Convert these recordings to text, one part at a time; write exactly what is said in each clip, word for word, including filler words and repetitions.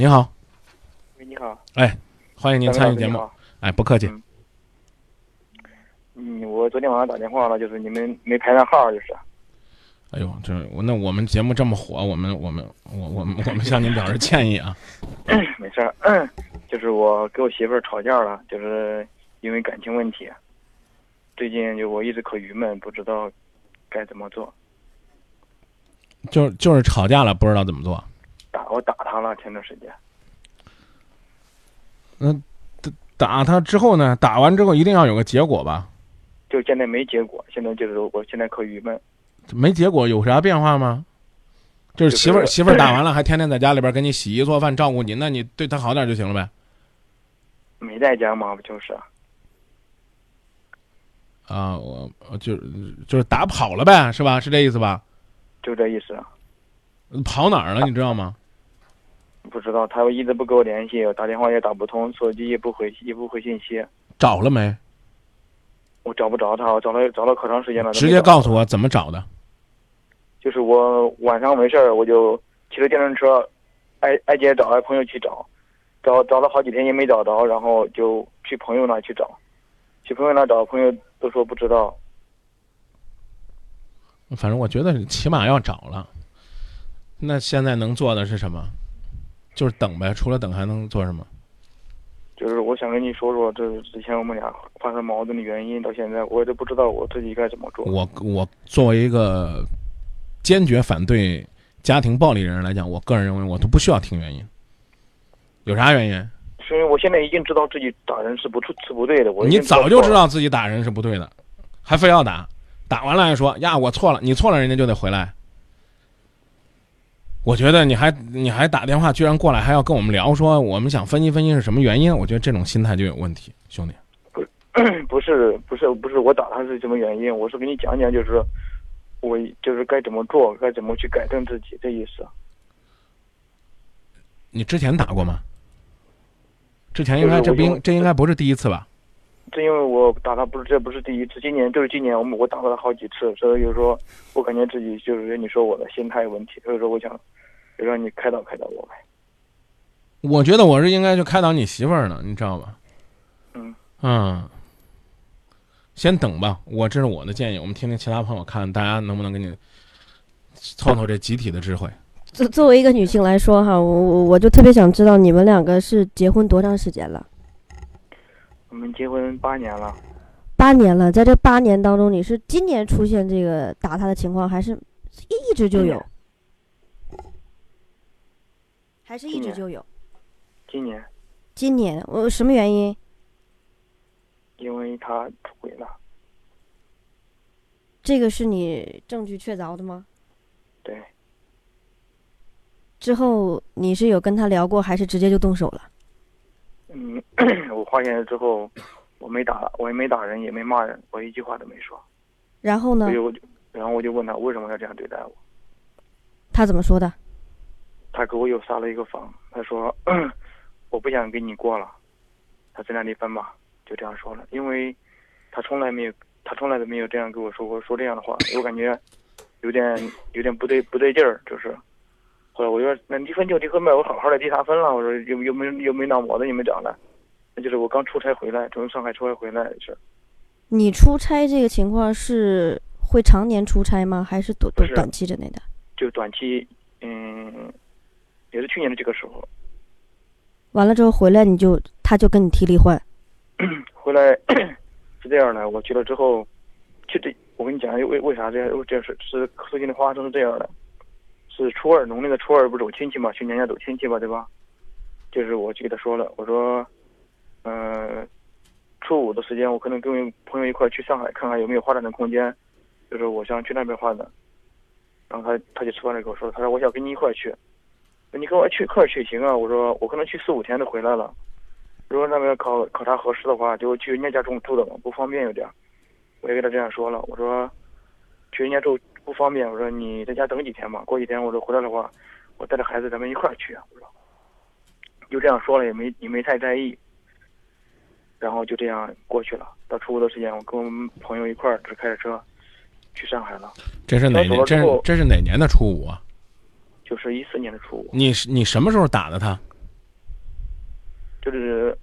你好。 喂，你好。 哎，欢迎您参与节目。哎，不客气。 嗯，我昨天晚上打电话了，就是你们没排上号，就是。 哎呦，这那我们节目这么火，我们我们我我们我们向您表示歉意啊。 没事儿，嗯，就是我跟我媳妇儿吵架了，就是因为感情问题。最近就我一直可郁闷，不知道该怎么做。 就就是吵架了，不知道怎么做。 打我打他了，前段时间。 嗯，打打他之后呢？打完之后一定要有个结果吧？ 就现在没结果，现在就是我现在可郁闷。 没结果有啥变化吗？就是媳妇儿、就是、媳妇儿打完了，还天天在家里边给你洗衣做饭照顾你，那你对他好点就行了呗。 没在家嘛，不就是？ 啊，我就就是打跑了呗，是吧？是这意思吧？ 就这意思。 跑哪儿了？你知道吗？ 不知道，他一直不跟我联系，打电话也打不通，手机也不回，也不回信息。 找了没？ 我找不着他，我找了找了可长时间了。 直接告诉我怎么找的。 就是我晚上没事儿，我就骑着电动车，挨挨街找，挨朋友去找，找找了好几天也没找着，然后就去朋友那去找，去朋友那找，朋友都说不知道。 反正我觉得起码要找了。那现在能做的是什么？就是等呗，除了等还能做什么？ 就是我想跟你说说，这之前我们俩发生矛盾的原因，到现在我也不知道我自己该怎么做。 我我作为一个坚决反对家庭暴力人来讲，我个人认为我都不需要听原因。有啥原因？ 是因为我现在已经知道自己打人是不是不对的。我你早就知道自己打人是不对的，还非要打，打完了还说呀我错了，你错了，人家就得回来。我觉得你还你还打电话居然过来还要跟我们聊说我们想分析分析是什么原因，我觉得这种心态就有问题，兄弟。 不不是不是不是我打他是什么原因，我是跟你讲讲，就是我就是该怎么做，该怎么去改正自己，这意思。 你之前打过吗？之前应该这不应这应该不是第一次吧？ 这因为我打他不是这不是第一次，今年就是今年我们我打了好几次，所以有时候我感觉自己就是你说我的心态问题，所以说我想就让你开导开导我呗。 我觉得我是应该去开导你媳妇儿呢，你知道吧？ 嗯嗯，先等吧，我这是我的建议，我们听听其他朋友看大家能不能给你凑凑这集体的智慧。 作作为一个女性来说哈，我我我就特别想知道你们两个是结婚多长时间了？ 我们结婚八年了。 八年了，在这八年当中，你是今年出现这个打他的情况，还是一直就有？还是一直就有？ 今年。 今年，我什么原因？ 因为他出轨了。 这个是你证据确凿的吗？ 对。 之后你是有跟他聊过，还是直接就动手了？ 嗯，我发现了之后，我没打，我也没打人，也没骂人，我一句话都没说。 然后呢？ 我就，然后我就问他为什么要这样对待我。 他怎么说的？ 他给我又撒了一个谎，他说我不想跟你过了，他咱俩离婚吧，就这样说了。因为他从来没有，他从来都没有这样跟我说过说这样的话，我感觉有点有点不对不对劲儿，就是。后来我说那离婚就离婚呗，我好好的离他分了。我说又又没又没闹矛盾，又没长了。那就是我刚出差回来，从上海出差回来的事。 你出差这个情况是会常年出差吗？还是短短期之内的？ 就短期，嗯，也是去年的这个时候。 完了之后回来，你就他就跟你提离婚。 回来是这样的，我去了之后，去这我跟你讲为为啥这样？这是是事情的发生是这样的。是初二，农历的初二不是走亲戚嘛，去娘家走亲戚吧，对吧？就是我就给他说了，我说，嗯、呃，初五的时间我可能跟朋友一块去上海看看有没有发展的空间，就是我想去那边发展。然后他他就吃饭了跟我说，他说我想跟你一块去，你跟我去一块去行啊？我说我可能去四五天就回来了，如果那边考考察合适的话，就去人家家中住的嘛，不方便有点。我也给他这样说了，我说去人家住。不方便，我说你在家等几天吧，过几天我说回来的话，我带着孩子咱们一块儿去啊。我说就这样说了，也没也没太在意，然后就这样过去了。到初五的时间，我跟我们朋友一块儿只开着车去上海了。 这是哪年？这是这是哪年的初五啊？ 就是一四年的初五。 你是你什么时候打的他？ 就是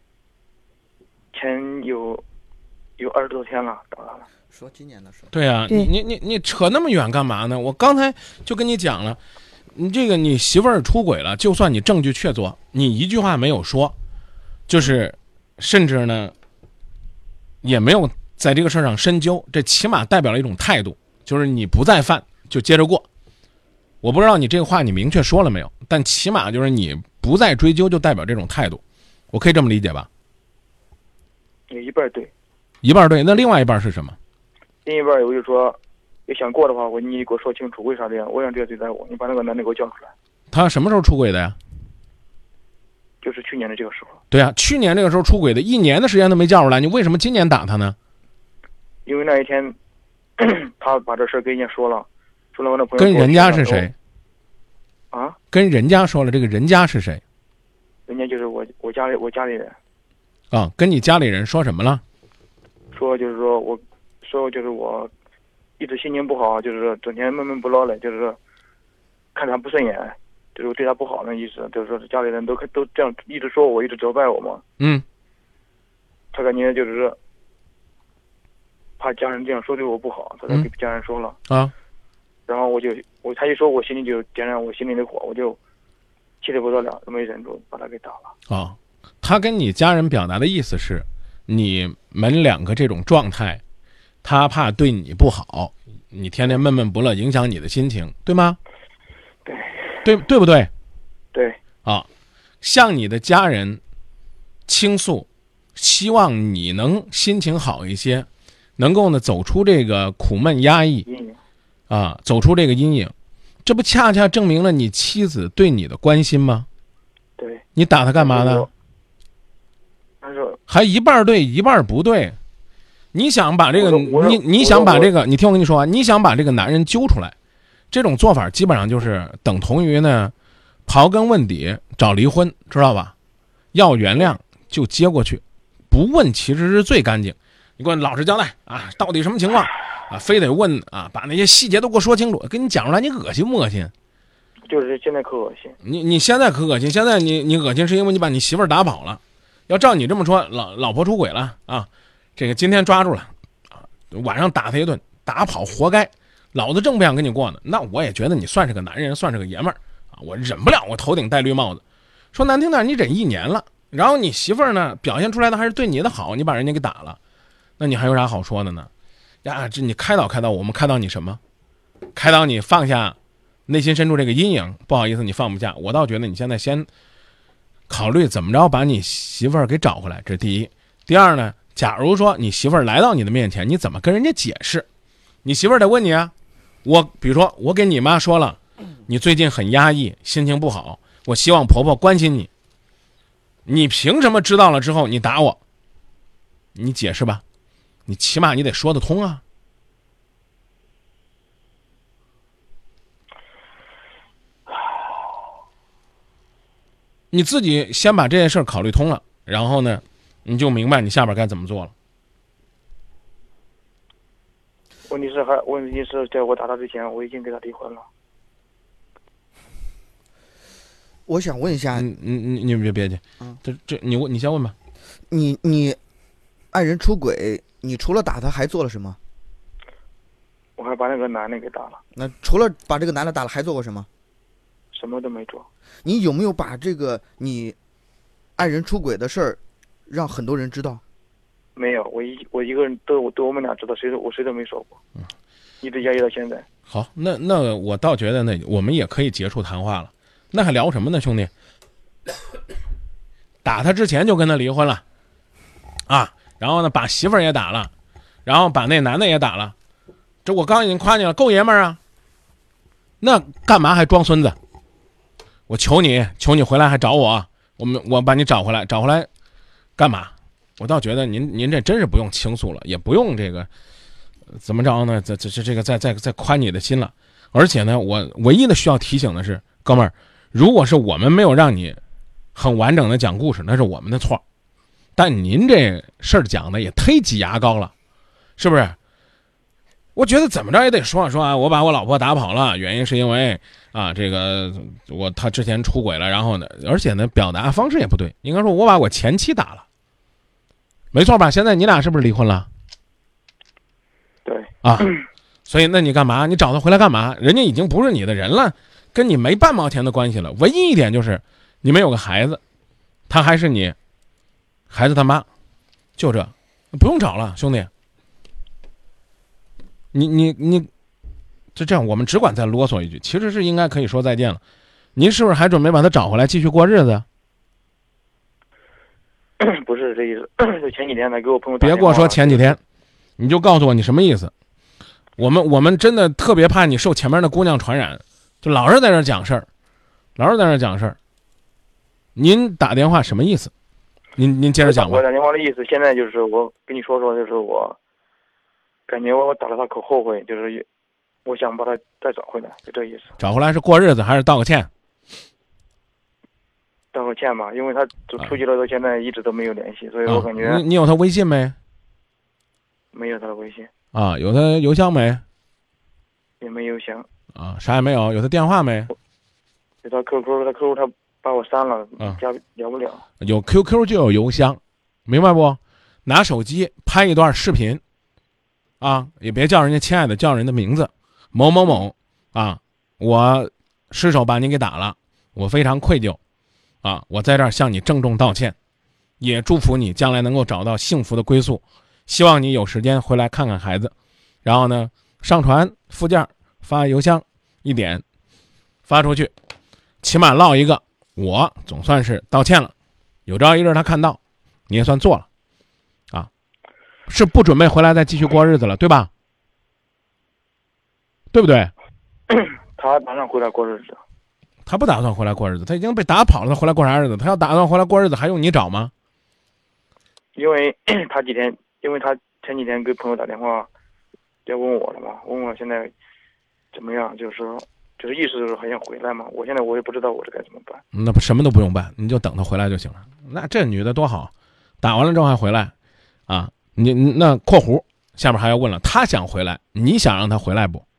前有有二十多天了，找他了。 说今年的事。 对啊， 对你你你扯那么远干嘛呢？我刚才就跟你讲了，你这个你媳妇儿出轨了，就算你证据确凿，你一句话没有说，就是甚至呢也没有在这个事儿上深究，这起码代表了一种态度，就是你不再犯就接着过。我不知道你这个话你明确说了没有，但起码就是你不再追究，就代表这种态度，我可以这么理解吧？ 有一半对， 一半对，那另外一半是什么？ 另一半我就说，要想过的话，我你给我说清楚为啥这样，为啥这样对待我？你把那个男的给我叫出来。 他什么时候出轨的呀？ 就是去年的这个时候。 对啊，去年这个时候出轨的，一年的时间都没叫出来，你为什么今年打他呢？ 因为那一天他把这事儿跟人家说了，说了我那朋友跟人家是谁？ 啊？ 跟人家说了，这个人家是谁？ 人家就是我我家里我家里人。 啊，跟你家里人说什么了？ 说就是说我，说就是我，一直心情不好，就是说整天闷闷不乐的，就是说看他不顺眼，就是对他不好的意思，就是说家里人都都这样一直说我，一直责怪我嘛。 嗯。 他感觉就是说怕家人这样说对我不好，他才给家人说了。 嗯、啊。 然后我就我他一说，我心里就点燃我心里的火，我就气得不得了，没忍住把他给打了。 啊，他跟你家人表达的意思是，你们两个这种状态，他怕对你不好，你天天闷闷不乐，影响你的心情，对吗？ 对。 对对不对？ 对。 啊，向你的家人倾诉，希望你能心情好一些，能够呢走出这个苦闷压抑。 嗯。 啊，走出这个阴影，这不恰恰证明了你妻子对你的关心吗？ 对。 你打他干嘛呢？ 但是还一半对一半不对。你想把这个你你想把这个你听我跟你说啊，你想把这个男人揪出来，这种做法基本上就是等同于呢刨根问底找离婚，知道吧？要原谅就接过去，不问其实是最干净。你给我老实交代啊，到底什么情况？啊，非得问啊，把那些细节都给我说清楚，跟你讲出来，你恶心不恶心？ 就是现在可恶心。 你你现在可恶心，现在你你恶心是因为你把你媳妇儿打跑了。要照你这么说，老老婆出轨了啊，这个今天抓住了，啊，晚上打他一顿，打跑活该，老子正不想跟你过呢。那我也觉得你算是个男人，算是个爷们儿啊，我忍不了我头顶戴绿帽子。说难听点，你忍一年了，然后你媳妇儿呢表现出来的还是对你的好，你把人家给打了，那你还有啥好说的呢？呀，这你开导开导我们，开导你什么？开导你放下内心深处这个阴影。不好意思，你放不下。我倒觉得你现在先考虑怎么着把你媳妇儿给找回来，这是第一。第二呢，假如说你媳妇儿来到你的面前，你怎么跟人家解释？你媳妇儿得问你啊。我比如说，我给你妈说了，你最近很压抑，心情不好，我希望婆婆关心你。你凭什么知道了之后你打我？你解释吧。你起码你得说得通啊！你自己先把这件事考虑通了，然后呢，你就明白你下边该怎么做了。 问题是还问题是在我打他之前，我已经跟他离婚了。 我想问一下， 你你你你别别介， 嗯， 这这你问你先问吧。 你你爱人出轨，你除了打他还做了什么？ 我还把那个男的给打了。 那除了把这个男的打了，还做过什么？ 什么都没做。 你有没有把这个你爱人出轨的事儿让很多人知道？ 没有，我一我一个人都都我们俩知道，谁都我谁都没说过，嗯，一直压抑到现在。 好，那那我倒觉得呢，我们也可以结束谈话了。那还聊什么呢，兄弟？打他之前就跟他离婚了，啊，然后呢把媳妇儿也打了，然后把那男的也打了，这我刚已经夸你了，够爷们儿啊。那干嘛还装孙子？我求你，求你回来还找我，我们我把你找回来，找回来干嘛？我倒觉得您您这真是不用倾诉了，也不用这个怎么着呢？这这这这个再再再宽你的心了。而且呢，我唯一的需要提醒的是，哥们儿，如果是我们没有让你很完整的讲故事，那是我们的错。但您这事儿讲的也忒挤牙膏了，是不是？ 我觉得怎么着也得说说啊，我把我老婆打跑了，原因是因为啊，这个我他之前出轨了，然后呢，而且呢，表达方式也不对，应该说我把我前妻打了，没错吧？现在你俩是不是离婚了？ 对啊，所以那你干嘛？你找他回来干嘛？人家已经不是你的人了，跟你没半毛钱的关系了。唯一一点就是你们有个孩子，他还是你孩子他妈，就这，不用找了，兄弟。你你你，就这样，我们只管再啰嗦一句，其实是应该可以说再见了。您是不是还准备把他找回来继续过日子？ 不是这意思，就前几天他给我朋友打电话。 别跟我说前几天，你就告诉我你什么意思。我们我们真的特别怕你受前面的姑娘传染，就老是在这儿讲事儿，老是在这儿讲事儿。您打电话什么意思？您您接着讲吧。 我打电话的意思，现在就是我跟你说说，就是我感觉我打了他可后悔，就是我想把他再找回来，就这意思。 找回来是过日子还是道个歉？ 道个歉吧，因为他就出去了，到现在一直都没有联系，所以我感觉、 啊、你你有他微信没？ 没有他的微信。 啊，有他邮箱没？ 也没邮箱。 啊，啥也没有。有他电话没？ 有他 Q Q， 他 Q Q 他把我删了， 啊， 加聊不了。 有 Q Q 就有邮箱，明白不？拿手机拍一段视频，啊，也别叫人家亲爱的，叫人的名字，某某某，啊，我失手把你给打了，我非常愧疚，啊，我在这儿向你郑重道歉，也祝福你将来能够找到幸福的归宿，希望你有时间回来看看孩子，然后呢，上传附件发邮箱一点发出去，起码落一个我总算是道歉了，有朝一日他看到你也算做了，啊，是不准备回来再继续过日子了，对吧？对不对？ 他打算回来过日子。 他不打算回来过日子，他已经被打跑了，他回来过啥日子？他要打算回来过日子，还用你找吗？ 因为他几天，因为他前几天给朋友打电话，要问我了嘛，问我现在怎么样，就是说，就是意思就是还想回来嘛。我现在我也不知道我这该怎么办。 那不什么都不用办，你就等他回来就行了。那这女的多好，打完了之后还回来，啊，你那括弧下面还要问了，他想回来，你想让他回来不？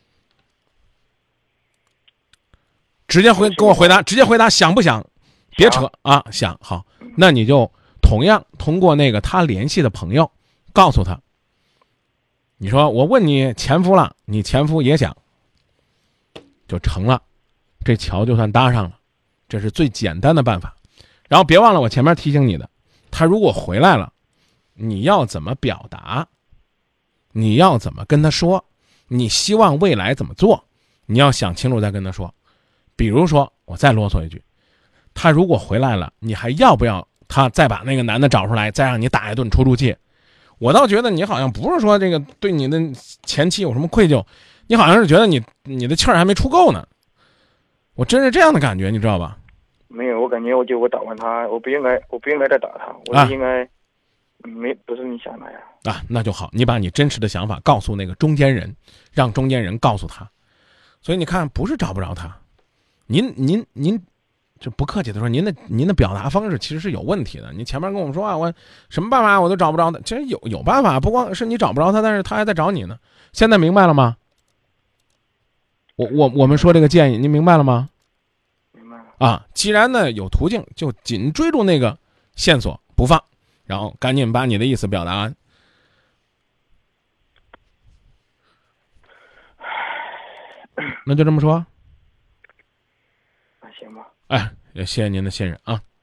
直接回给我回答，直接回答想不想？别扯啊，想好，那你就同样通过那个他联系的朋友，告诉他，你说我问你前夫了，你前夫也想，就成了，这桥就算搭上了，这是最简单的办法。然后别忘了我前面提醒你的，他如果回来了，你要怎么表达？你要怎么跟他说？你希望未来怎么做？你要想清楚再跟他说。比如说，我再啰嗦一句，他如果回来了，你还要不要他再把那个男的找出来，再让你打一顿出出气？我倒觉得你好像不是说这个对你的前妻有什么愧疚，你好像是觉得你你的气儿还没出够呢。我真是这样的感觉，你知道吧？ 没有，我感觉我就我打完他，我不应该，我不应该再打他，我就应该、啊、没不是你想的呀。 啊，那就好，你把你真实的想法告诉那个中间人，让中间人告诉他。所以你看，不是找不着他。您您您，就不客气的说，您的您的表达方式其实是有问题的。你前面跟我们说啊，我什么办法我都找不着他，其实有有办法，不光是你找不着他，但是他还在找你呢。现在明白了吗？我我我们说这个建议，您明白了吗？ 明白了。 啊，既然呢有途径，就紧追住那个线索不放，然后赶紧把你的意思表达完。那就这么说。 那行吧。 哎，也谢谢您的信任啊。